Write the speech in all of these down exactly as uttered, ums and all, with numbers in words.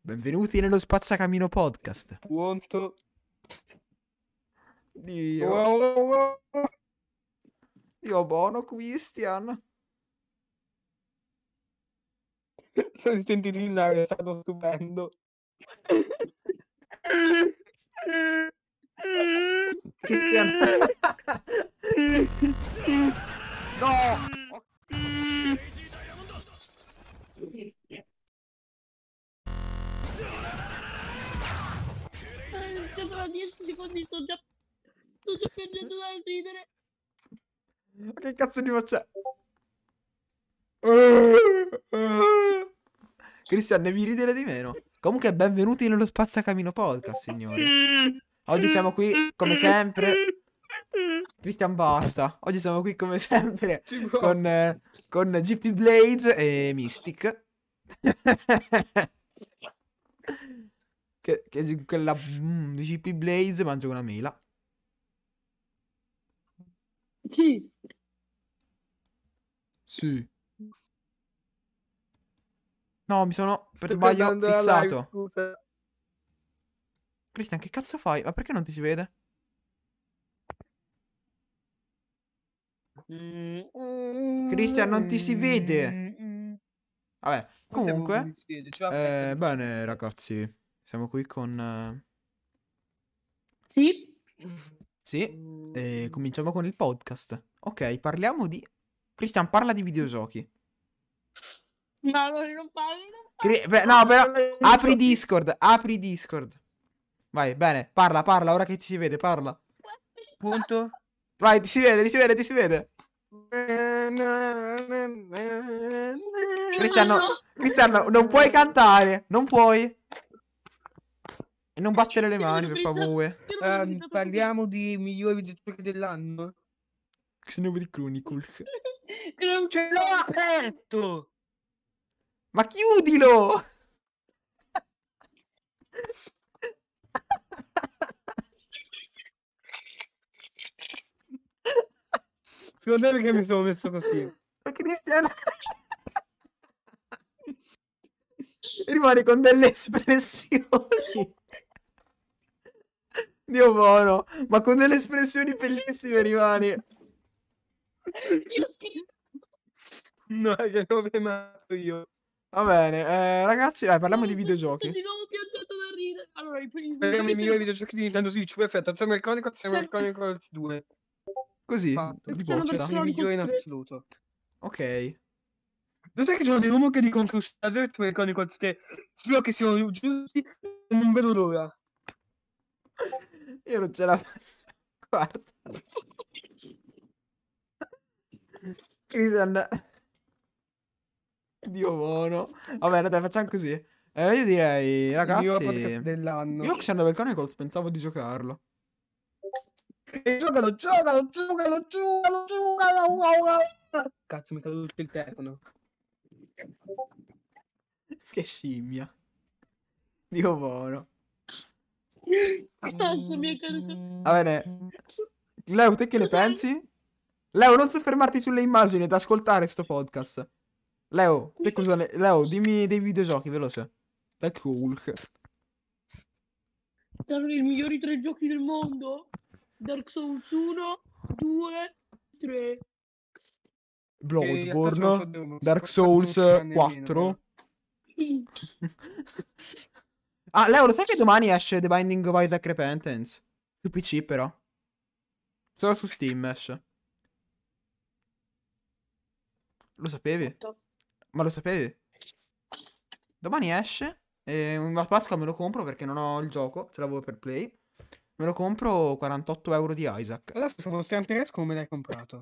Benvenuti nello Spazzacamino Podcast. Pronto? Dio, Wow, wow, wow. io buono Christian. Non senti trillare, è stato stupendo. Christian. No! Eh, C'è tra dieci secondi, sto già, sto già piangendo dal ridere. Ma che cazzo di faccia? Christian, devi ridere di meno. Comunque, benvenuti nello Spazzacamino Podcast, signori. Oggi siamo qui, come sempre. Christian, basta. Oggi siamo qui, come sempre, con, eh, con G P Blades e Mystic. che, che quella mm, di G P Blades mangia una mela. Sì. Sì. No, mi sono per Sto sbaglio guardando la live, fissato. scusa. Christian, che cazzo fai? Ma perché non ti si vede? Christian, non ti si vede. Vabbè, Forse comunque, non si vede, cioè, eh, aspetta, bene ragazzi, siamo qui con... eh, Sì. Sì, e cominciamo con il podcast. Ok, parliamo di... Christian, parla di videogiochi. No, no, non parli, non Cri- parli. beh, no, però, apri Discord, apri Discord. Vai, bene, parla, parla, ora che ti si vede, parla. Punto. Vai, ti si vede, ti si vede, ti si vede. Cristiano, Cristiano, non puoi cantare, non puoi. E non battere le mani, per favore. Um, parliamo di migliori videogiochi dell'anno. Xenoblade Chronicle. Ce l'ho aperto! Ma chiudilo! Secondo me perché mi sono messo così? Ma Cristiano... rimane con delle espressioni. Dio buono, ma con delle espressioni bellissime rimane. Io schifo. No, che non ho fatto io. Va bene, eh, ragazzi, vai, parliamo di Sto videogiochi. di nuovo piangendo da ridere. Allora, i primi Parliamo dei migliori videogiochi di Nintendo Switch, perfetto. Xenoblade Chronicles, Xenoblade Certo. Chronicles due. Così, Fatto. di Xenoblade boccia. Sono i migliori in Chronicles assoluto. Ok. Lo sai che c'ho dei rumori che dicono che uscirà Xenoblade Chronicles tre? Spero che siano giusti, non vedo l'ora. Io non ce la faccio. Guarda. Christian. Dio buono. Vabbè, dai, facciamo così. Eh, io direi, Il miglior podcast ragazzi... dell'anno. Io Xenoblade Chronicles pensavo di giocarlo. E giocalo, giocalo, giocalo, giocalo, giocalo. Cazzo, mi è caduto il telefono. Che scimmia. Dio buono. Cazzo, mi è caduto. Va bene. Leo, te che ne pensi? Leo, non soffermarti sulle immagini ed ascoltare sto podcast. Leo, te cosa ne... Leo, dimmi dei videogiochi, veloce. Da cool. Sono i migliori tre giochi del mondo. Dark Souls uno, due, tre. Bloodborne, Dark Souls quattro. Ah, Leo, lo sai che domani esce The Binding of Isaac Repentance? Su P C però. Solo su Steam esce. Lo sapevi? Ma lo sapevi? Domani esce. E a Pasqua me lo compro perché non ho il gioco. Ce l'avevo per Play. Me lo compro quarantotto euro di Isaac. Adesso sono Stanteresco, come l'hai comprato?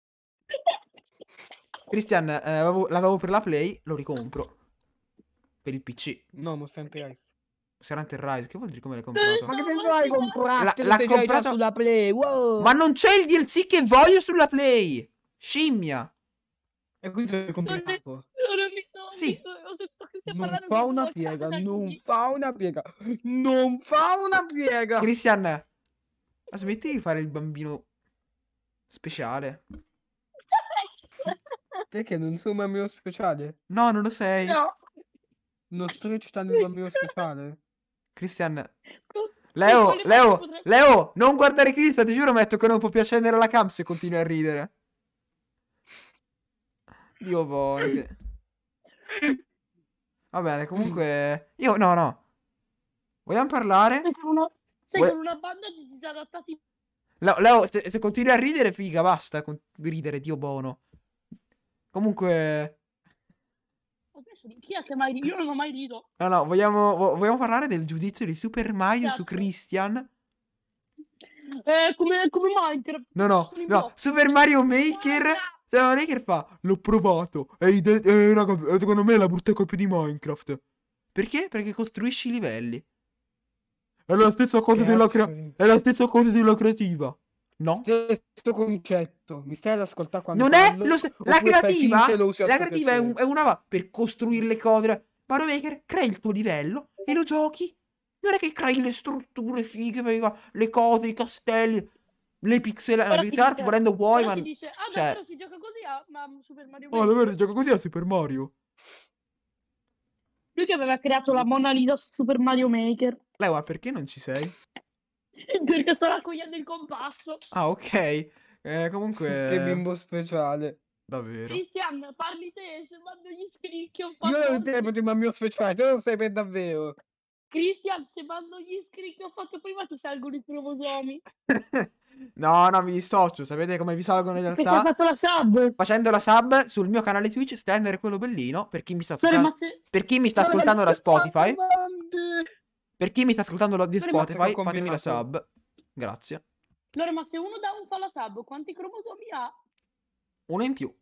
Christian, eh, avevo- l'avevo per la Play, lo ricompro. Per il P C. No, Monster Rise. Sarà Rise, che vuol dire come l'hai comprato? Ma che senso hai comprato? La- l'ha Se già hai già comprato- sulla Play, wow! Ma non c'è il D L C che voglio sulla Play! Scimmia! E quindi l'hai comprato? Non ho visto, ho Sì. visto, ho sentito che stai Non parlando fa di una Dual piega, Canada, non quindi- fa una piega, non fa una piega! Christian, ma smetti di fare il bambino speciale. Perché non sono un bambino speciale? No, non lo sei. No. Non sto recitando il bambino speciale. Cristian. Co- Leo, piccole Leo, cose potrei- Leo, non guardare Cristian, ti giuro, metto che non può più accendere la cam se continui a ridere. Dio buono, che... Va bene, comunque... Io, no, no. Vogliamo parlare? Sei con una, sei Vuoi- con una banda di disadattati. Leo, Leo, se, se continui a ridere, figa, basta con ridere, Dio buono. Comunque... Ho smesso di- Chi è che mai rido? Io non ho mai rido. No, no, vogliamo, vo- vogliamo parlare del giudizio di Super Mario su Cazzo. Christian? Eh, come, come Minecraft. No, no, Sono in no, blocco. Super Mario Maker... Guarda! Super Mario Maker fa, l'ho provato, è, ide- è una cop- secondo me è la brutta copia di Minecraft. Perché? Perché costruisci i livelli. È la stessa cosa della Cazzo, crea- è la stessa cosa della creativa. No? Stesso concetto. Mi stai ad ascoltare quando Non è parlo? lo st- la Oppure fai creativa. finta e lo usi a La tuo creativa è, un- piacere? è una va per costruire le cose. Mario Maker crei il tuo livello e lo giochi. Non è che crei le strutture fighe, fai qua, le cose, i castelli, le pixel, Ora la ti pixel art dice- volendo vuoi, ora ma ti dice, ah, cioè- davvero si gioca così a ma Super Mario oh, Maker. davvero si gioca così a Super Mario. Lui che aveva creato la Mona Lisa su Super Mario Maker. Leo, ma perché non ci sei? Perché sto raccogliendo il compasso. Ah, ok. Eh, comunque Che bimbo speciale. davvero. Cristian, parli te, se mando gli screen che ho fatto. Io non oggi. interpreto il bambino speciale, tu lo sai per davvero. Cristian, se mando gli screen che ho fatto prima ti salgono i cromosomi. No, no, mi dissocio. Sapete come vi salgono in Perché hai realtà? fatto la sub. Facendo la sub sul mio canale Twitch, stendere quello bellino. Per chi mi sta Sore, ma ascoltando, se... per chi mi sta ascoltando da Spotify, per chi mi sta ascoltando da- di Sore, ma- Spotify, Ho fatemi la combinato. sub. Grazie. Allora, ma se uno da un fa la sub, quanti cromosomi ha? Uno in più.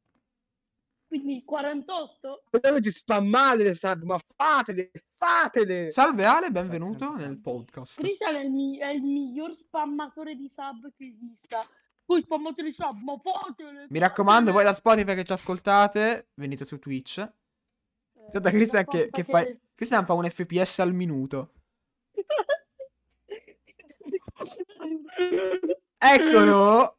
Quindi quarantotto? Però ci spammate le sub, ma fatele, fatele. Salve Ale, benvenuto nel podcast. Cristian è il, mi- è il miglior spammatore di sub che esista. Poi spammate le sub, ma fatele! Mi raccomando, voi da Spotify che ci ascoltate, venite su Twitch. Aspetta, Cristian che, che fa... Cristian fa un F P S al minuto. Eccolo!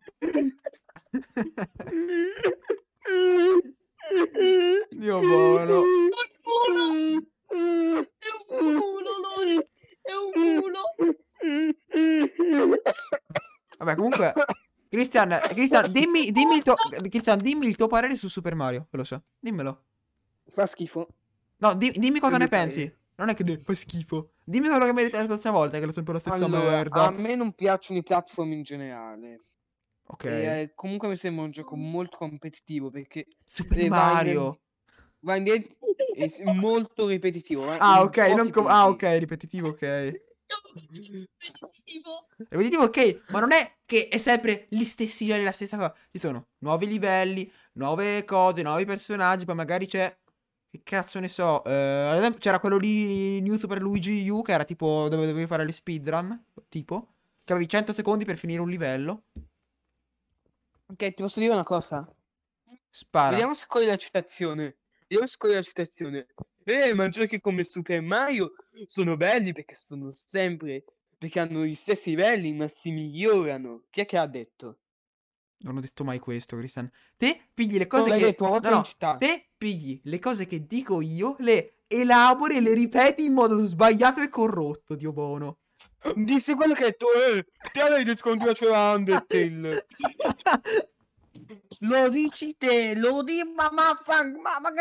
Dio buono. Un culo! È un culo, lui! È un culo! Vabbè, comunque, Cristian, Cristian, dimmi, dimmi il tuo, Cristian, dimmi il tuo parere su Super Mario, veloce. Dimmelo. Fa schifo. No, di- dimmi cosa Io ne mi pensi. parere. Non è che de- fa schifo. Dimmi quello che mi hai detto la scorsa volta, che è sempre la stessa Allora, merda. a me non piacciono i platform in generale. Ok. E, eh, comunque mi sembra un gioco molto competitivo perché Super eh, va in- Mario. va in diretti- è s- molto ripetitivo. va Ah, in ok, non pochi com- ah, pesi. ok, ripetitivo, ok. Ripetitivo. Ripetitivo, ok, ma non è che è sempre gli stessi livelli, la stessa cosa. Ci sono nuovi livelli, nuove cose, nuovi personaggi, poi magari c'è... Che cazzo ne so, eh, ad esempio c'era quello lì, New Super Luigi U, che era tipo dove dovevi fare le speedrun, tipo, che avevi cento secondi per finire un livello. Ok, ti posso dire una cosa? Spara. Vediamo se cogli la citazione. Vediamo se cogli la citazione. Eh, ma giochi come Super Mario sono belli perché sono sempre... Perché hanno gli stessi livelli, ma si migliorano. Chi è che ha detto? Non ho detto mai questo, Cristian. Te pigli le cose Non l'hai che... detto, una volta no, in no, città. te pigli le cose che dico io, le elabori e le ripeti in modo sbagliato e corrotto, Dio buono. Disse quello che ha detto, eh, te l'hai detto quando ti piaceva Undertale. Lo dici te, lo di ma ma fa ma ma che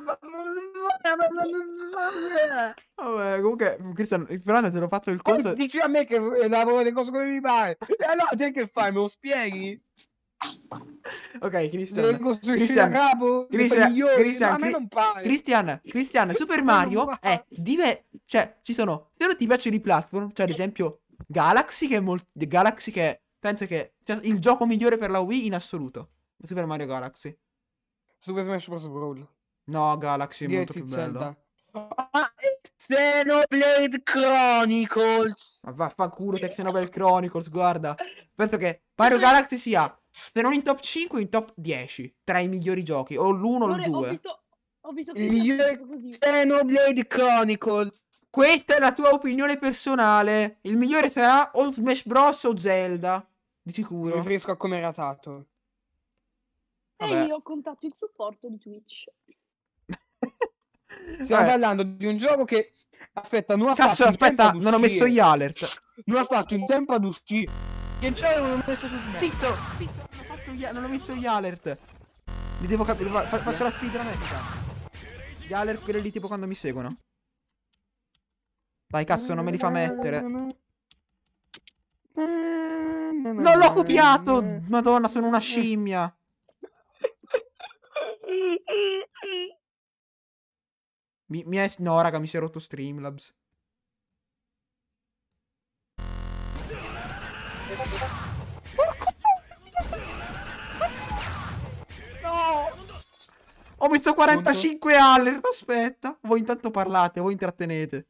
na- Vabbè, comunque, Cristian, però te l'ho fatto il conto... Eh, dici a me che lavoro le cose come mi pare. E allora te che fai? Me lo spieghi? Ok, Le Cristian. costruisci da Cristian, capo? Le fai Cristian, migliori? Cristian, No, a me Cri- non pare. Cristian, Cristian, Super A me non Mario pare. è dive... Cioè, ci sono... Se non ti piacciono i platform, cioè ad esempio Galaxy, che è molto... Galaxy che è... Penso che sia il gioco migliore per la Wii in assoluto. Super Mario Galaxy. Super Smash Bros. Brawl. No, Galaxy è molto Grazie più bello. Zelda. Ah, Xenoblade Chronicles. Ma vaffanculo, te Xenoblade Chronicles, guarda. Penso che Mario Galaxy sia, se non in top cinque, in top dieci. Tra i migliori giochi. O l'uno o il Ora, ho due. visto, ho visto che Il mi ha migliore scritto così. Xenoblade Chronicles. Questa è la tua opinione personale. Il migliore sarà o Smash Bros. O Zelda. Di Mi sicuro. riferisco a come era dato. E Vabbè. io ho contatto il supporto di Twitch. Stiamo Vabbè. parlando di un gioco che... Aspetta, non ha Cazzo, fatto in tempo aspetta, ad non ho messo gli uscire. alert. Non ha fatto in tempo ad uscire. Che già l'avevo messo su Smash. Zitto, zitto, non ho, fatto gli- non ho messo gli alert. Mi devo capire, fa- fa- faccio la speedrun epica. Gli alert, quelli lì tipo quando mi seguono. Dai, cazzo, non me li fa mettere. Non l'ho copiato! Madonna, sono una scimmia. Mi, mi è... No, raga, mi si è rotto Streamlabs. No! Ho messo quarantacinque alert, aspetta. Voi intanto parlate, voi intrattenete.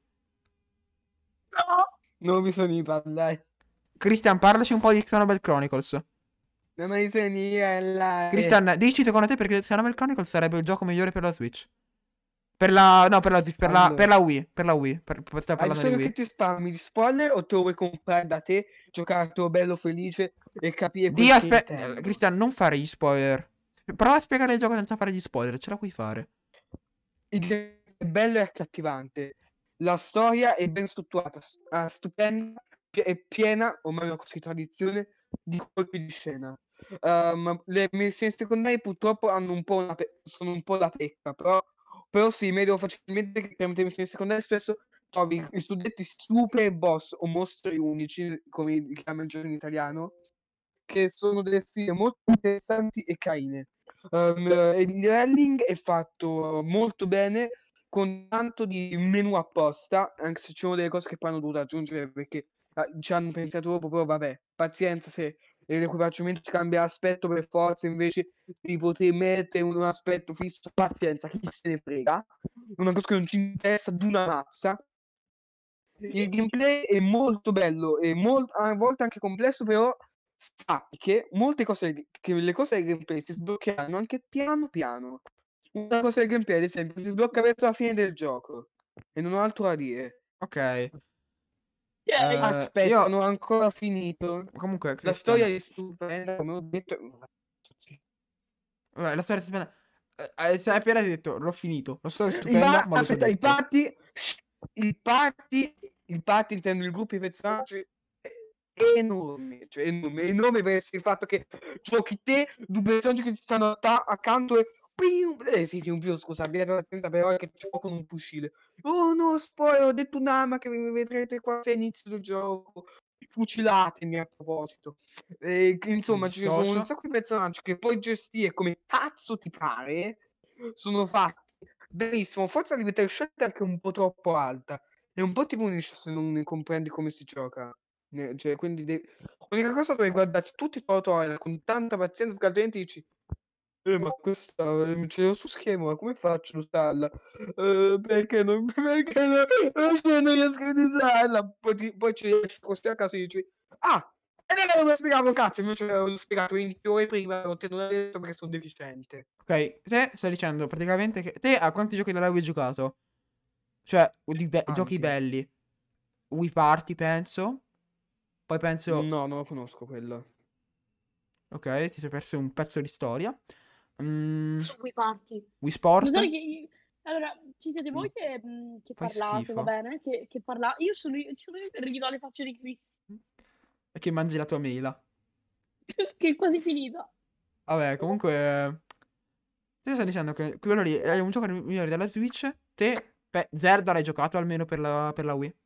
Non ho bisogno di parlare. Christian, parlaci un po' di Xenoblade Chronicles. Non ho bisogno di parlare. Christian, dici secondo te perché Xenoblade Chronicles sarebbe il gioco migliore per la Switch? Per la... No, per la Switch, per, la, Allora. per la Wii. Per la Wii. Per, per, stai Hai parlando di bisogno Wii. che ti spammi di spoiler o te lo vuoi comprare da te, giocartelo bello felice e capire Di quel che aspetta, intendono? Christian, non fare gli spoiler. Prova a spiegare il gioco senza fare gli spoiler, ce la puoi fare. Il game è bello e accattivante. La storia è ben strutturata, s- ah, stupenda, pi- è piena, o meglio così tradizione, di colpi di scena. Ehm, le missioni secondarie purtroppo hanno un po' una pe- sono un po' la pecca, però, però si rimediano facilmente perché tramite le missioni secondarie spesso trovi i suddetti super boss o mostri unici, come li chiama il gioco in italiano, che sono delle sfide molto interessanti e carine. Um, il leveling è fatto molto bene con tanto di menu apposta, anche se ci sono delle cose che poi hanno dovuto aggiungere perché ah, ci hanno pensato dopo, però vabbè, pazienza se l'equipaggiamento ti cambia aspetto per forza, invece di poter mettere un aspetto fisso, pazienza, chi se ne frega, una cosa che non ci interessa di una mazza. Il gameplay è molto bello e mol- a volte anche complesso, però sappi che molte cose, che le cose del gameplay si sbloccheranno anche piano piano. Una cosa del gameplay, ad esempio, si sblocca verso la fine del gioco e non ho altro da dire. Ok. Ok. Eh, Aspetta, io... non ho ancora finito. Comunque, La Christian... storia è stupenda, come ho detto. Vabbè, la storia è stupenda. Eh, eh, sai, appena detto, l'ho finito. La storia è I stupenda, pa- ma l'ho già aspetta, i detto. party, il party, il party intendo il gruppo di personaggi è enorme, cioè enorme, enorme per essere il fatto che giochi te, due personaggi che ti stanno atta- accanto e pium, eh sì, più più, scusa, abbiate pazienza però è che gioco con un fucile. Oh no, spoiler, ho detto un'arma che vedrete quasi all'inizio del gioco. Fucilatemi a proposito. E, che, insomma, Mi ci sono un dissocio. sacco di personaggi che puoi gestire come cazzo ti pare. Sono fatti benissimo. Forse la libertà di scelta è anche un po' troppo alta. E un po' ti punisce se non ne comprendi come si gioca. Ne- Cioè, quindi devi... L'unica cosa devi guardare tutti i tutorial con tanta pazienza, perché altrimenti dici. Eh, ma questa eh, ce l'ho su schermo, ma come faccio a usarla? Eh, perché non, perché non, perché non riesco ad usarla? Poi, ti- poi ci riesci così a caso e dici, ah, e non avevo spiegato cazzo, invece l'avevo spiegato venti ore prima, non te l'ho detto perché sono deficiente. Ok, te stai dicendo praticamente che... Te a quanti giochi della Wii hai giocato? Cioè, di be- giochi Tanti. belli. Wii Party, penso. Poi penso... No, non lo conosco quello. Ok, ti sei perso un pezzo di storia. Mm, Su cui parti. Wii Sport. Scusate che io- allora, ci siete voi che, mh, che Fai parlate, schifo. va bene? Che, che parla... Io sono io, sono io che rido alle facce di Chris, E che mangi la tua mela. che è quasi finita. Vabbè, comunque... Te stai dicendo che quello lì è un gioco migliore della Switch. Te, beh, Zelda l'hai giocato almeno per la, per la Wii.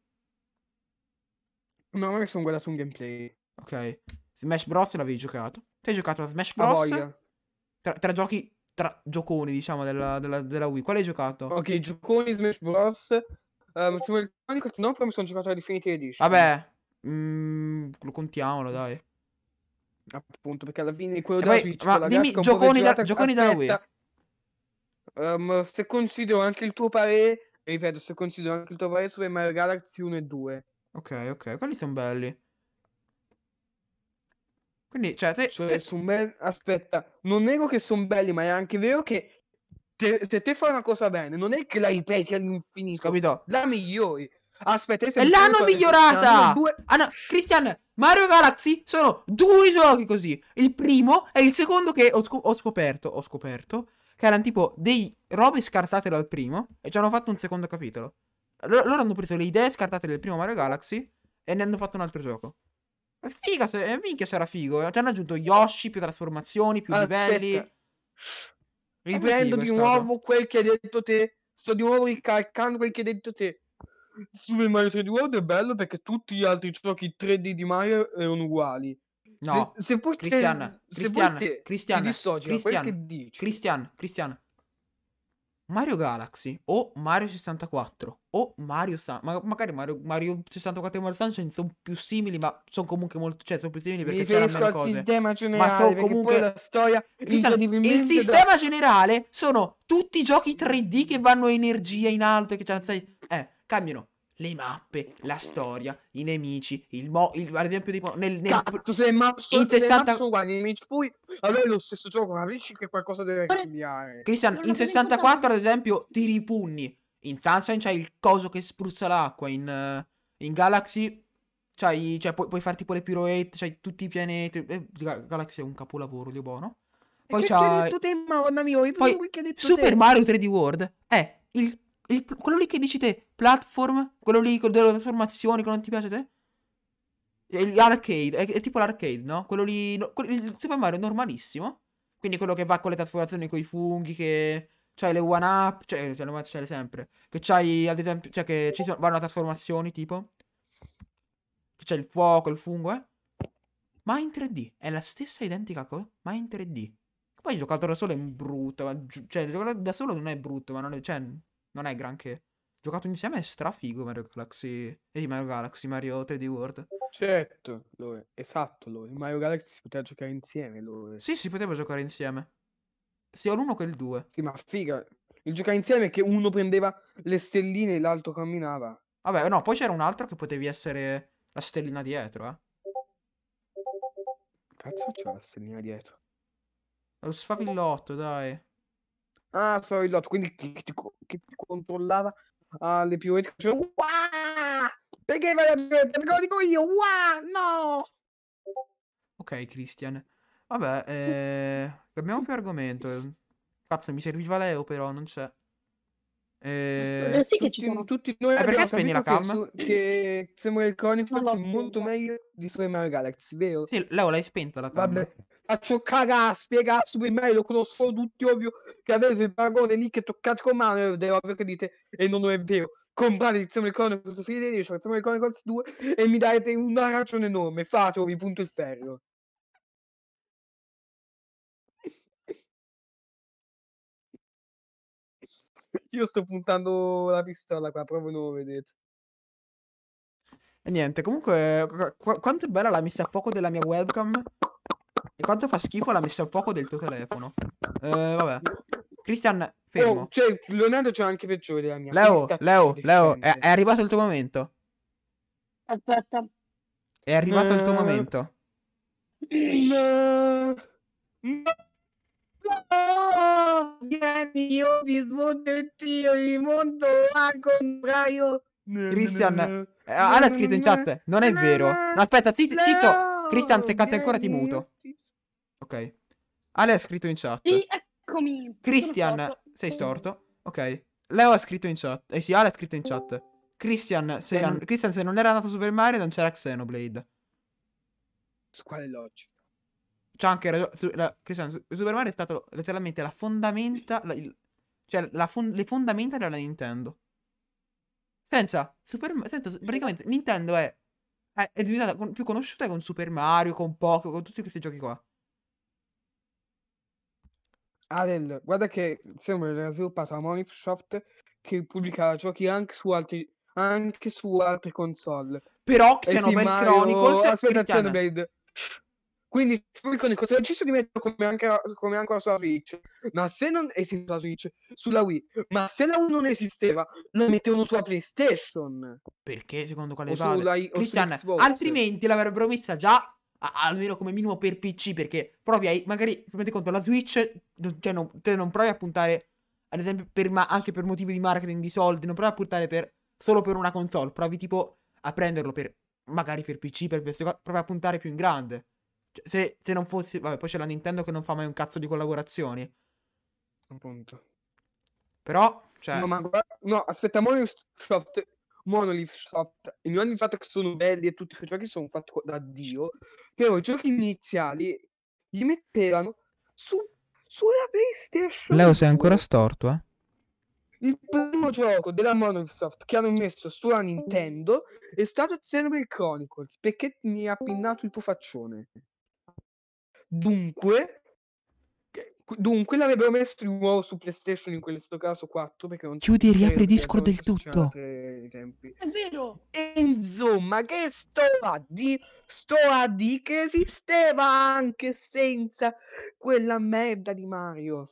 No, ma sono guardato un gameplay. Ok. Smash Bros l'avevi giocato. Te hai giocato a Smash A Bros. voglia. Tra, tra giochi, tra gioconi, diciamo, della, della, della Wii. Quale hai giocato? Ok, gioconi Smash Bros. Um, Samuel Chronicles no, però mi sono giocato la Definitive Edition. Vabbè. Mm, lo contiamolo, dai. Appunto, perché alla fine quello E della poi, Switch, ma con la dimmi, grafica un po' gioconi, da- peggiorata, gioconi della Wii. aspetta. Um, se considero anche il tuo parere, ripeto, se considero anche il tuo parere Super Mario Galaxy uno e due. Ok, ok, quelli sono belli. Quindi, cioè, te... Cioè, te- son be- aspetta, non nego che sono belli, ma è anche vero che te- se te fai una cosa bene, non è che la ripeti all'infinito, Capito? la migliori. Aspetta, E esempio, l'hanno io so- migliorata! hanno due- Ah no, Christian, Mario Galaxy sono due giochi così. Il primo e il secondo che ho, scop- ho scoperto, ho scoperto, che erano tipo dei robe scartate dal primo e ci hanno fatto un secondo capitolo. L- loro hanno preso le idee scartate del primo Mario Galaxy e ne hanno fatto un altro gioco. È figa, se, eh, minchia sarà figo. Ci hanno aggiunto Yoshi, più trasformazioni, più livelli. Aspetta. È Riprendo figo, è di stato. nuovo quel che hai detto te. Sto di nuovo ricalcando quel che hai detto te. Super Mario tre D World è bello perché tutti gli altri giochi tre D di Mario erano uguali. No, Se, se poi te, Christian, se poi Christian, te ti Christian, dissoci da quel Christian, che dici, Christian, Christian. Mario Galaxy o Mario sessantaquattro o Mario Sun, ma magari Mario, Mario sessantaquattro e Mario Sunshine sono più simili, ma sono comunque molto, cioè sono più simili mi perché c'erano riferisco meno al cose. sistema Ma generale sono perché poi comunque la storia Cristian, il incredibilmente da- sistema generale sono tutti giochi tre D che vanno a energia in alto e che c'hanno, sai, eh, cambiano le mappe, la storia, i nemici, il mo, il, ad esempio tipo nel, nel Cazzo, se le map, so- in se le map sessanta sono uguali, i nemici poi allora è lo stesso gioco, capisci che qualcosa deve Ora- cambiare. Cristian, Non in lo prendo in sessantaquattro ad conto- esempio tiri i pugni. In Sunshine c'hai il coso che spruzza l'acqua. In, eh, in Galaxy c'hai, cioè, puoi, puoi fare tipo le piroette, c'hai tutti i pianeti. Eh, Ga- Galaxy è un capolavoro, Dio buono. E Poi quel che hai c'hai... detto te, Madonna mia, ripeto Poi quel che hai detto Super te. Mario tre D World è il, il- quello lì che dici te, platform, quello lì con delle trasformazioni che non ti piace te? È il- Arcade, è, è tipo l'arcade, no? Quello lì, no, quello- il Super Mario è normalissimo. Quindi quello che va con le trasformazioni, con i funghi, che c'hai le one up, cioè, cioè le one up ce le sempre. Che c'hai, ad esempio, cioè che ci sono, vanno a trasformazioni, tipo. Che c'è il fuoco, il fungo, eh. Ma in tre D, è la stessa identica cosa, ma in tre D. Poi giocato da solo è brutto, ma gi- cioè giocato da solo non è brutto, ma non è, cioè, non è granché. Giocato insieme è strafigo Mario Galaxy, e di Mario Galaxy, Mario tre D World. Certo, lo è. Esatto, lo è. In Mario Galaxy si poteva giocare insieme, lo è. Sì, si poteva giocare insieme. Sia l'uno che il due. Sì, ma figa. Il giocare insieme è che uno prendeva le stelline e l'altro camminava. Vabbè, no, poi c'era un altro che potevi essere la stellina dietro, eh. Cazzo c'è la stellina dietro? Lo sfavillotto, dai. Ah, so il lotto, quindi ti, che ti, co- che ti controllava alle piroette. Cioè, "Uah! Perché vai alla piroetta? Perché lo dico io? Uah! No! Ok, Christian. Vabbè, eh... cambiamo più argomento. Cazzo, mi serviva Leo, però non c'è. Eh, Eh... sì che ci Tutti, sono. tutti noi Eh, perché abbiamo spegni la capito che, cam? su, che Samuel Chronicles Non è l'ho molto spenta. meglio di Super Mario Galaxy, vero? Sì, Leo, l'hai spenta la cam? Vabbè, faccio cagare, spiegare Super Mario, lo conosco tutti, ovvio, che avete il paragone lì che toccate con mano, e delle che dite, e non è vero. Comprate il Samuel Chronicles Fine dieci, il Samuel Chronicles due, e mi date una ragione enorme, fatelo, vi punto il ferro. Io sto puntando la pistola qua, proprio non lo vedete. E niente, comunque, qu- qu- quanto è bella la messa a fuoco della mia webcam e quanto fa schifo la messa a fuoco del tuo telefono. Eh, vabbè. Christian, fermo. Oh, cioè, Leonardo c'è anche peggiore della mia. Leo, quindi sta Leo, zitto, Leo, è, deficiente. è arrivato il tuo momento. Aspetta. È arrivato il tuo Eh, momento. No, no, no, vieni, io ti smonto il tiro, il mondo al contrario. No, Christian, no, no, eh, no, Ale ha no, scritto in no, chat, non è no, vero. no, No, aspetta, zi- zitto. Christian, se no, catti ancora ti vieni, io muto. ti- Ok. Ale ha scritto in chat. Sì, eccomi. Christian, Sono sei storto. storto? Ok. Leo ha scritto in chat. Eh sì, Ale ha scritto in chat. Christian, se, Christian. Christian, se non era nato Super Mario non c'era Xenoblade. Su quale logica? C'ha anche ragione. su- la- Christian, su- Super Mario è stato letteralmente la fondamenta. la- il- cioè, la fon- le fondamenta della Nintendo. Senza Super Ma- senza- praticamente Nintendo è, è, è diventata con- più conosciuta con Super Mario, con Pokémon, con tutti questi giochi qua. Adel, guarda che Samuel era sviluppato a Microsoft che pubblicava giochi anche su altri, anche su altre console. Però Eh sì, Xenoblade Mario, Chronicles, aspetta, Christian, Xenoblade. Shh. Quindi Samuel Chronicles ha deciso di metterlo come anche, come anche la sua Switch. Ma se non esiste la Switch sulla Wii, ma se la Wii non esisteva, la mettevano sulla PlayStation perché secondo quale o base? sulla o Christian, sull'Xbox. altrimenti l'avrebbero messa già, a- almeno come minimo per P C, perché provi a, magari, prendete conto, la Switch, non- cioè non, te non provi a puntare, ad esempio, per ma- anche per motivi di marketing, di soldi, non provi a puntare per, solo per una console, provi tipo a prenderlo per, magari per P C, per P S quattro, provi a puntare più in grande. Cioè, se, se non fosse, vabbè, poi c'è la Nintendo che non fa mai un cazzo di collaborazioni. Appunto. Però, cioè, No, ma guarda, no, aspetta, Monolith Soft, Monolith Soft, e non il fatto che sono belli e tutti quei giochi sono fatti da Dio, però i giochi iniziali li mettevano su, sulla PlayStation Leo sei ancora due. storto, eh? Il primo gioco della Monolith Soft che hanno messo sulla Nintendo è stato Xenoblade Chronicles, perché mi ha pinnato il tuo faccione. Dunque, dunque l'avrebbero messo di nuovo su PlayStation in questo caso quattro, perché non Chiudi e riapri credo che Discord del fosse tutto. successo nei tempi. È vero. E insomma, che sto a di sto a di che esisteva anche senza quella merda di Mario.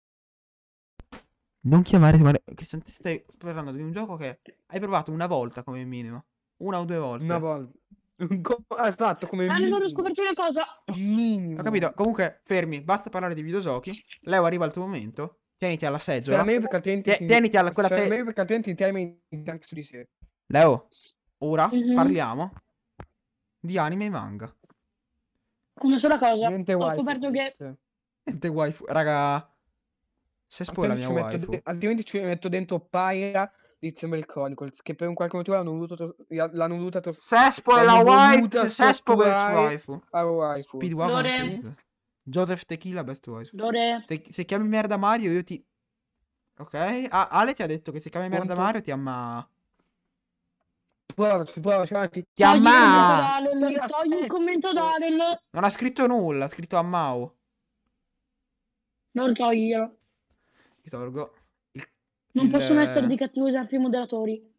Non chiamare Mario. Cristian, ti stai parlando di un gioco che hai provato una volta come minimo. Una o due volte. Una volta. Co- ah, esatto, come Ah, non ho minimo. scoperto una cosa. Minimo. Ho capito. Comunque, fermi. Basta parlare di videogiochi. Leo, arriva il tuo momento. Tieniti alla Sarà seggiola. meglio perché altrimenti Tie- si- tieniti alla quella sarà se- meglio perché altrimenti i termini anche su di sé. Leo, ora Mhm. parliamo di anime e manga. Una sola cosa. Niente Ho wifi, scoperto che please. Niente waifu. Raga. Se spoil la Altrimenti mia ci, metto waifu. de- altrimenti ci metto dentro Pyra di Xenoblade Chronicles, che per un qualche motivo l'hanno voluto tros- l'hanno voluta tros- Se spoil la l'hanno waifu. voluta Se spoil sottoporre waifu. a waifu. Speedwagon Lore. Food. Joseph Tequila best waifu. Lore, Se, se chiami merda Mario io ti... Ok? Ah, Ale ti ha detto che se chiami merda Pronto? Mario ti amma... Provaci, provaci, avanti. Ti togli il commento amma... da Allen, Ti togli il commento aspetto. da Allen. Non ha scritto nulla, ha scritto ammao. Non toglierlo. Ti tolgo. Il, Non il- possono essere di cattivo esempio i moderatori.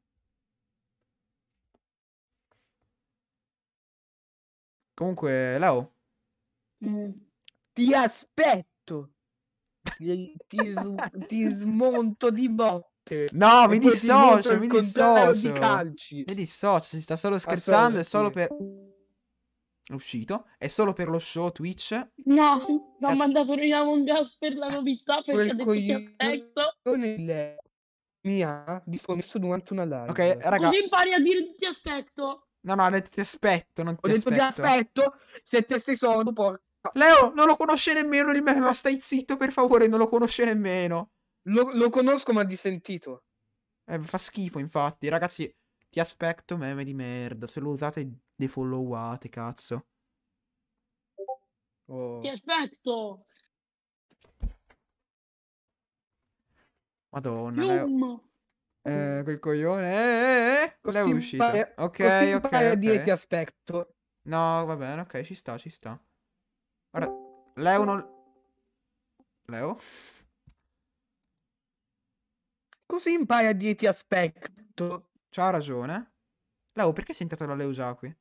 Comunque, Leo. Mm. Ti aspetto. Ti, ti s- ti smonto di botte. No, E mi poi ti smonto dissocio, il mi contrario dissocio. di calci. Mi dissocio, si sta solo scherzando, è solo Assolutamente. per... È uscito, è solo per lo show Twitch. No, mi ha Eh. mandato via un gas per la novità perché Quel ha detto ti aspetto. coglione mi ha disconnesso durante una live. Ok, raga. Così impari a dire ti aspetto. No, no, ha detto ti aspetto, non Ho ti detto ti aspetto. aspetto, se te sei sordo, porca. Leo, non lo conosce nemmeno il meme, ma stai zitto per favore, non lo conosce nemmeno. Lo, lo conosco ma di sentito. Eh, fa schifo, infatti. Ragazzi, ti aspetto meme di merda. Se lo usate, defollowate, cazzo. Oh. Ti aspetto. Madonna, Leo. Pium. Eh, quel coglione. Eh, eh, eh. Così Leo è uscito. impari- Ok, così ok, impari a dire ti ok. aspetto. No, va bene, ok, ci sta, ci sta. Ora, Leo non... Leo? Così impari a dire ti aspetto. C'ha ragione. Leo, perché sei entrato la Leo già qui?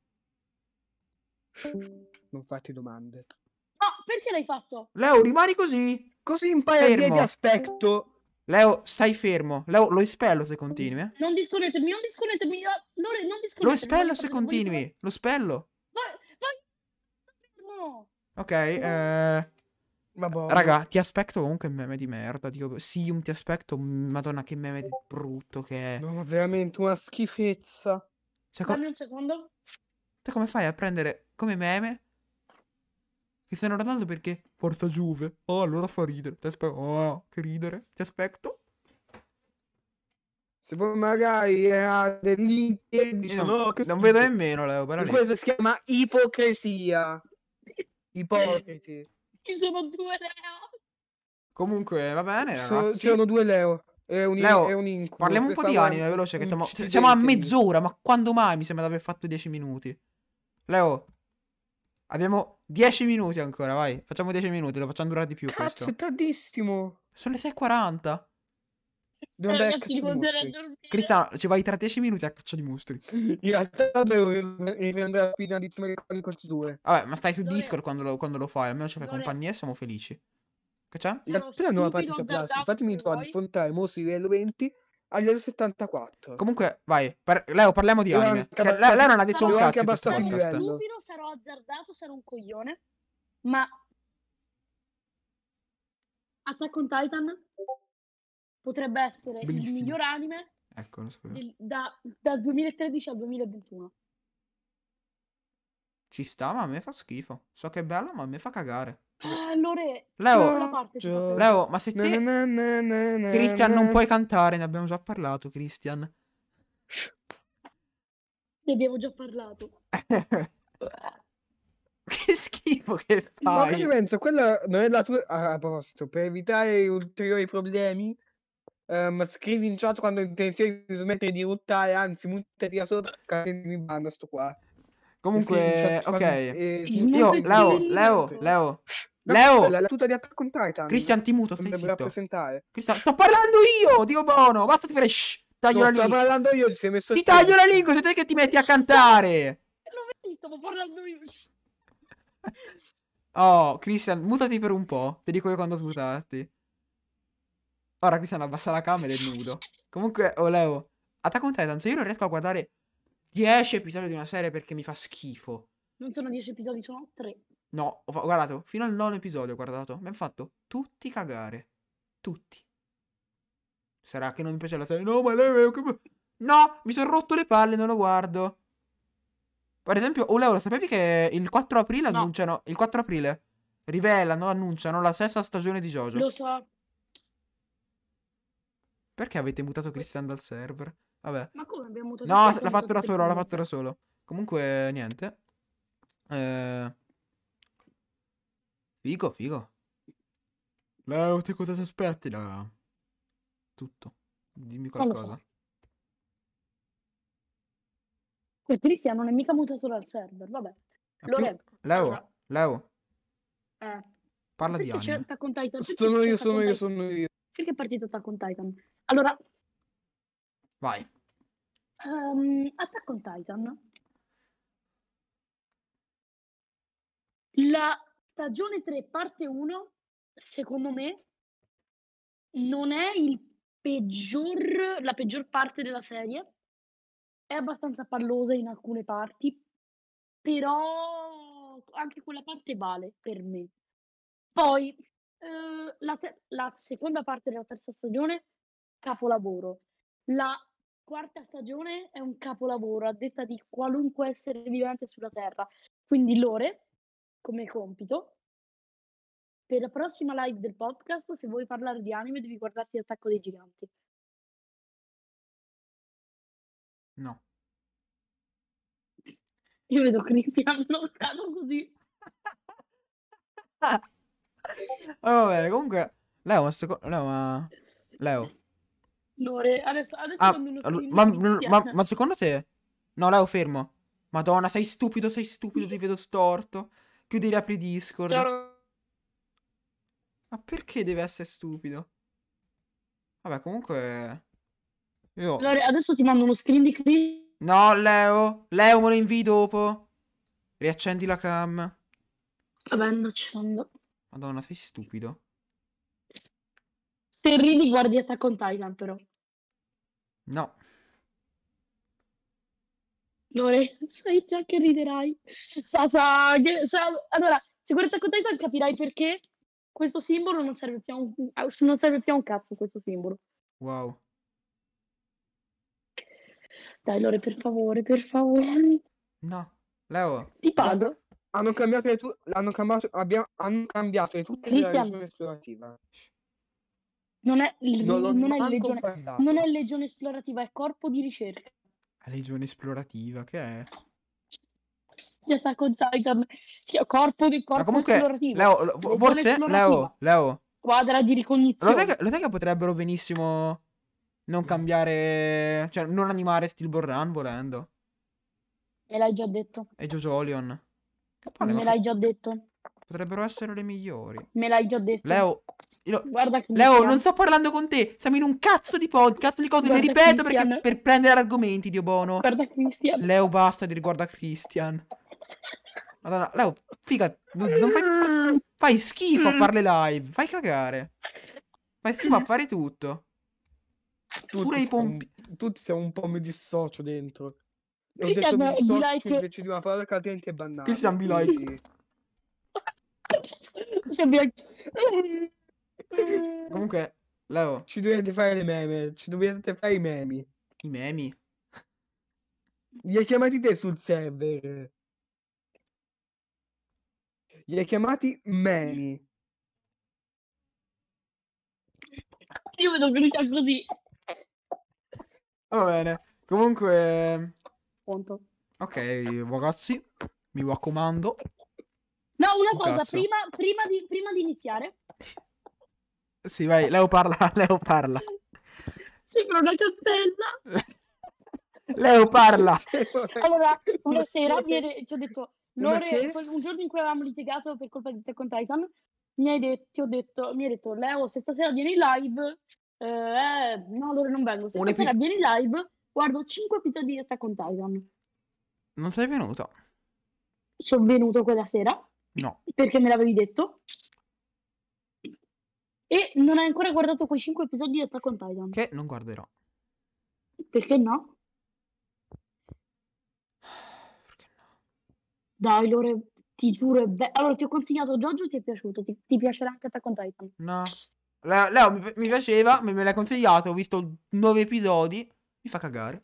Non farti domande. No, perché l'hai fatto? Leo, rimani così. Così impari a dire Fermo. ti aspetto. Leo, stai fermo. Leo, lo espello se continui, eh. Non disconnettermi, non disconnettermi. Lore, non disconnettermi. Lo espello voglio se sapere- voglio continui. Lo spello. sapere- Vai, vai. Fermo. Ok, eh... Vabbè. Raga, ti aspetto comunque meme di merda. Dio. Sium, ti aspetto. Madonna, che meme di brutto che è. No, veramente una schifezza. Cioè, co- Dammi un secondo. te come fai a prendere come meme Cristiano Ronaldo perché forza Juve? Oh, allora fa ridere. Ti aspetto. Oh, che ridere. Ti aspetto. Se poi magari era dell'Inter, Io dicono, non, "Oh, che non schifo". vedo nemmeno Leo, però lì. Questo si chiama ipocrisia. Ipocriti. Ci sono due Leo. Comunque, va bene, Ci sono- ragazzi. C'erano due Leo. E un, Leo, e un incubo. parliamo un Per po' di favore, anime veloce, che siamo, uccidetemi. siamo a mezz'ora, ma quando mai mi sembra di aver fatto dieci minuti? Leo, abbiamo dieci minuti ancora, vai. Facciamo dieci minuti, lo facciamo durare di più Cazzo, questo. è tardissimo. Sono le sei e quaranta. Devo andare a Ragazzi, caccia devo di andare a mostri. dormire. Cristiano, ci vai tra dieci minuti a caccia di mostri. In realtà devo riprendere la fine di Xenoblade Chronicles due. Vabbè, ma stai su Lore- Discord quando lo, quando lo fai, almeno ci fai Lore- compagnia e siamo felici. Che c'è? In Sono realtà è una nuova stupido, partita plus. azzardato Infatti mi come ritrovo ad voi. affrontare mostri livello venti a livello settantaquattro. Comunque, vai. par- Leo, parliamo di Io anime. anche Che- abbastanza- lei, lei non ha detto un io cazzo anche in questo abbastanza di podcast. livello. Stupido, sarò azzardato, sarò un coglione. Ma Attack on Titan potrebbe essere il Bellissimo. miglior anime Ecco, lo sapevo. del- da, dal duemilatredici al duemilaventuno. Ci sta, ma a me fa schifo. So che è bello, ma a me fa cagare. Ah, Lore, Leo, quella parte si fa per Leo, ma se Na te... na na na na Christian non na. puoi cantare, ne abbiamo già parlato, Christian. Ne abbiamo già parlato. Che schifo che Ma che ci fai. penso, quella non è la tua... Ah, a proposito, per evitare ulteriori problemi, ehm, scrivi in chat quando hai intenzione di smettere di ruttare, anzi, muttati da sopra, mi banda sto qua. E scrivi in Comunque, chat quando... ok. eh, Ti smu- Io, smonto eh, il Leo, smetti. Leo, finestrino. Leo, No, Leo. la, la tuta di Attack on Titan. Christian, ti muto, Non stai devo zitto. rappresentare. Christian, sto parlando io, Dio buono. Basta di fare shh. Taglio No, la sto lingua. parlando io, ti sei messo Ti taglio la silenzio. lingua, sei te che ti metti a Sta- cantare. Lo vedi, stavo parlando io. Oh, Christian, mutati per un po'. Ti dico io quando smutarti. Ora Christian abbassa la camera e è nudo. Comunque, oh Leo, Attack on Titan, se io non riesco a guardare dieci episodi di una serie perché mi fa schifo. Non sono dieci episodi, sono tre. No, ho fa- guardato, fino al nono episodio ho guardato. Mi hanno fatto tutti cagare. Tutti. Sarà che non mi piace la serie? No, ma lei è... che- No, mi sono rotto le palle, non lo guardo. Per esempio, oh Leo, lo sapevi che il quattro aprile No. annunciano... Il quattro aprile rivelano, annunciano la sesta stagione di JoJo. Lo so. Perché avete mutato Christian dal server? Vabbè. Ma come abbiamo mutato? No, Questo l'ha è fatto da mutato solo, l'ha per fatto da solo. Comunque, niente. Eh... Figo, figo. Leo, te cosa ti aspetti da... tutto? Dimmi Non lo qualcosa. Quel Cristian non è mica mutato dal server, vabbè. Ma Lore, più- Leo, allora, Leo, eh, parla di perché c'è anime. Attack on Titan? Perché Sono c'è io, Attack sono on io, Titan? sono io. Perché è partito Attack on Titan? Allora, Vai. ehm, Attack on Titan. La stagione tre, parte uno, secondo me, non è il peggior, la peggior parte della serie. È abbastanza pallosa in alcune parti, però anche quella parte vale per me. Poi, eh, la, te- la seconda parte della terza stagione, capolavoro. La quarta stagione è un capolavoro, a detta di qualunque essere vivente sulla Terra. Quindi, Lore, come compito, per la prossima live del podcast, se vuoi parlare di anime, devi guardarti Attacco dei Giganti. No. Io vedo Cristiano lontano così. Va bene, comunque... Leo, ma secondo... Leo, ma... Leo. Lore, adesso, adesso Ah, mando uno allo- screen ma, di ma, Cristian. ma secondo te... No, Leo, fermo. Madonna, sei stupido, sei stupido, ti vedo storto. Chiudi e riapri Discord. Ciao. Ma perché deve essere stupido? Vabbè, comunque... Io... Lore, adesso ti mando uno screen di Cristian. No, Leo. Leo, me lo invii dopo. Riaccendi la cam. Vabbè, ando accendo. Madonna, sei stupido. Se ridi guardi Attack on Titan, però. No. Lore, sai già che riderai. Sa, sa, che, sa... Allora, se guardi Attack on Titan capirai perché questo simbolo non serve più a un, non serve più a un cazzo, questo simbolo. Wow. Dai, Lore, per favore, per favore. No. Leo. Ti pago. Hanno cambiato le tu- hanno cambiato, abbiamo, hanno cambiato le tutte della Cristian. legione esplorativa. Non è, il- Non l'ho non è manco legione, guardato. non è legione esplorativa, è corpo di ricerca La legione esplorativa, che è? di Attack on Titan. Sì, corpo di corpo Ma comunque, esplorativo. Leo, lo- Legione forse, esplorativa. Leo, Leo, Squadra di lo ricognizione. sai, che, lo sai che potrebbero benissimo non cambiare, cioè non animare Stillborn Run volendo? Me l'hai già detto. E Jojolion. Che palle, ma Me l'hai già detto. potrebbero essere le migliori. Me l'hai già detto. Leo, io- Guarda Cristian. Leo, non sto parlando con te, siamo in un cazzo di podcast, le cose le Guarda ripeto Christian. perché per prendere argomenti, Dio buono. Guarda Cristian. Leo, basta di riguarda Christian. Madonna, Leo, figa, non, non fai, fai schifo a fare le live, fai cagare. Fai schifo a fare tutto. Tutti Pure i siamo, pompi. un, tutti siamo un po' mi dissocio dentro. Ho Cristian, detto mi be dissocio like- invece di una parola che altrimenti è banale. Christian, be like. quindi- Sembra- Comunque, Leo, Ci dovete fare le meme, ci dovete fare i memi. i memi. Li hai chiamati te sul server. Li hai chiamati meni. Io vedo che lui sia così. Va bene. Comunque... Punto. Ok, ragazzi, mi raccomando. No, una Oh, cosa, cazzo. prima, prima, di, prima di iniziare. Sì, vai, Leo parla, Leo parla. Sembra una cappella. Leo parla. Allora, una sera mi hai- ti ho detto, Una Lore, che? quel- un giorno in cui avevamo litigato per colpa di Attack on Titan, mi hai detto, ti ho detto, mi hai detto, Leo, se stasera vieni live, eh, eh, no, Lore non vengo, se Un stasera epi- vieni live, guardo cinque episodi di Attack on Titan. Non sei venuto? Sono venuto quella sera, No. perché me l'avevi detto, e non hai ancora guardato quei cinque episodi di Attack on Titan. Che non guarderò. Perché no? Perché no? Dai, Lore, ti giuro, è be- allora ti ho consigliato Jojo, ti è piaciuto, ti, ti piacerà anche Attack on Titan. No. Leo, Leo, mi, mi piaceva, me, me l'hai consigliato, ho visto nove episodi. Mi fa cagare.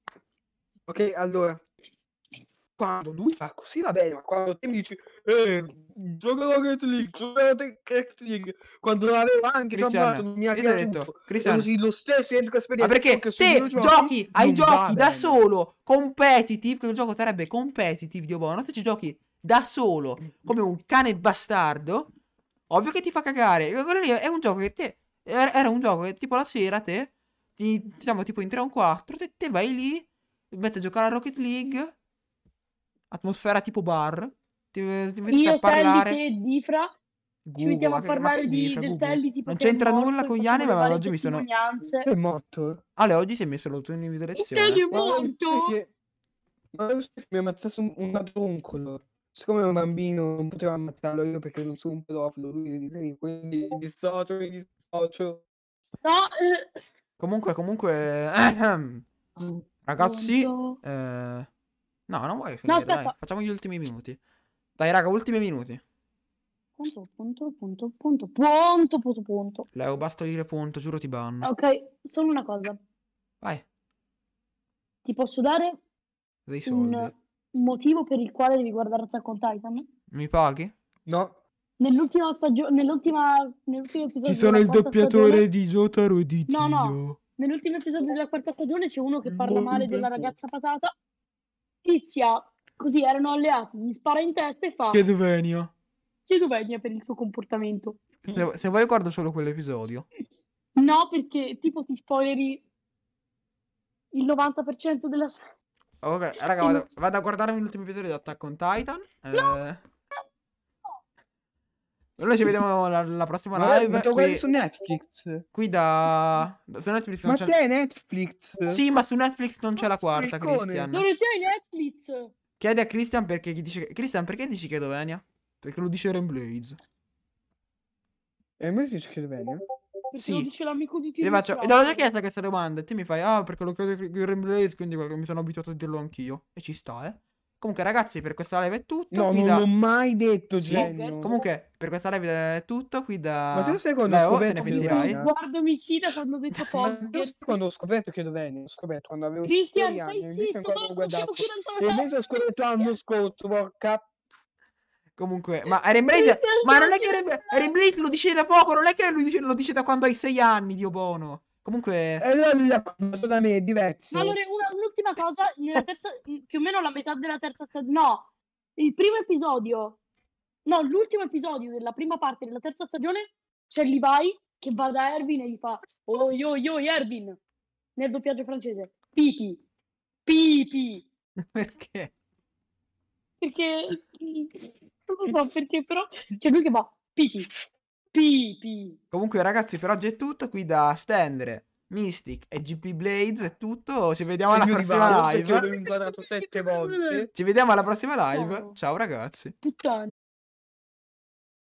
Ok, allora. Quando lui fa così va bene, ma quando te mi dici eh, gioca la Rocket League, gioca la Rocket League, quando l'avevo anche già Cristian, provato non mi ha io ti ho detto, piaciuto. E Cristian, così lo stesso identico ma esperienza, perché solo che sui te videogiochi giochi ai non va giochi da bene. solo, competitive, che il gioco sarebbe competitive, Dio buono, te ci giochi da solo, come un cane bastardo, ovvio che ti fa cagare. Quello lì è un gioco che te, era era un gioco che tipo la sera te, ti, siamo tipo in tre o quattro, te, te vai lì, ti metti a giocare a Rocket League, atmosfera tipo bar, ti, ti metti Io, a parlare. Telly, te, Difra, ci Google, mettiamo ma a che, ma che parlare di, dice del Google? Telly tipo Non che è c'entra nulla morto, con e gli facciamo anime, le ma varie oggi mi sono... testimonianze. È morto. Ale, oggi si è messo l'autunno in Il Telly lezione. è Ma lo sai morto! che ma lo sai che mi ha ammazzato un, un ladruncolo. Siccome è un bambino non potevo ammazzarlo io perché non sono un pedofilo, lui di quindi mi dissocio, mi dissocio. No, eh, Comunque, comunque... ehem, ragazzi... pronto? eh, No, non vuoi No, finire, dai. aspetta. Facciamo gli ultimi minuti. Dai, raga, ultimi minuti. Punto, punto, punto, punto, punto, punto, punto. Leo, basta dire punto, giuro ti banno. Ok, solo una cosa. Vai, Ti posso dare dei soldi. un motivo per il quale devi guardare Attack on Titan? Mi paghi? No, Nell'ultima stagione, nell'ultima, nell'ultimo episodio Ci sono della il quarta doppiatore stagione, di Jotaro e di no, no, Dio. nell'ultimo episodio della quarta stagione c'è uno che parla Non male della penso. ragazza patata, tizia, così erano alleati, gli spara in testa e fa Chiedo venia. chiedo venia per il suo comportamento. Se, se vuoi guardo solo quell'episodio. No, perché tipo ti spoileri il novanta per cento della serie. Ok, raga, vado, vado a guardarmi l'ultimo episodio di Attack on Titan. Eh... Noi ci vediamo la, la prossima ma live. te lo guardi Qui, su Netflix? qui da... Su Netflix non Ma c'è... te è Netflix? Sì, ma su Netflix non c'è la Cazzo, quarta, riccone. Christian. Non lo c'è Netflix! Chiedi a Christian perché chi dice... Christian, perché dici che è Dovenia? Perché lo dice Rainblaze. E a me si dice che bene. Perché Sì. lo dice l'amico di Ti T V faccio... E Crusher. l'ho già chiesta questa domanda e te mi fai, ah, perché lo chiede Rainblaze, quindi mi sono abituato a dirlo anch'io. E ci sta, eh. Comunque, ragazzi, per questa live è tutto. No, qui non da... l'ho mai detto, Sì, Genio. comunque, per questa live è tutto. Qui da... Ma te lo sai quando ho Leo, te scoperto ne che pentirai. Dovenia? Sguardo omicida quando ho detto Ma io Fogger. sai quando ho scoperto che Dovenia? Ho scoperto quando avevo Cristian, sei anni. stai E invece zitto, ancora non ho non guardato. stiamo E invece ho scoperto l'anno scorso, porca. Comunque, ma Rainblaze... Ma non è che Rainblaze... Rainblaze lo dice da poco, non è che lui dice- lo dice da quando hai sei anni, Dio buono. Comunque... E allora da me è diverso. Ma allora, una- un'ultima cosa, nella terza, più o meno la metà della terza stagione, no, il primo episodio, no, l'ultimo episodio della prima parte della terza stagione, c'è Levi che va da Erwin e gli fa, oh yo yo Erwin, nel doppiaggio francese, pipi, pipi, Perché? perché, non lo so perché, però, c'è lui che va, pipi, pipi. Comunque, ragazzi, per oggi è tutto. Qui da Stendere, Mystic e G P Blades è tutto. Ci vediamo alla Il mio prossima rivale, perché l'ho live. inquadrato sette volte. Ci vediamo alla prossima live. No. Ciao, ragazzi. Puttana.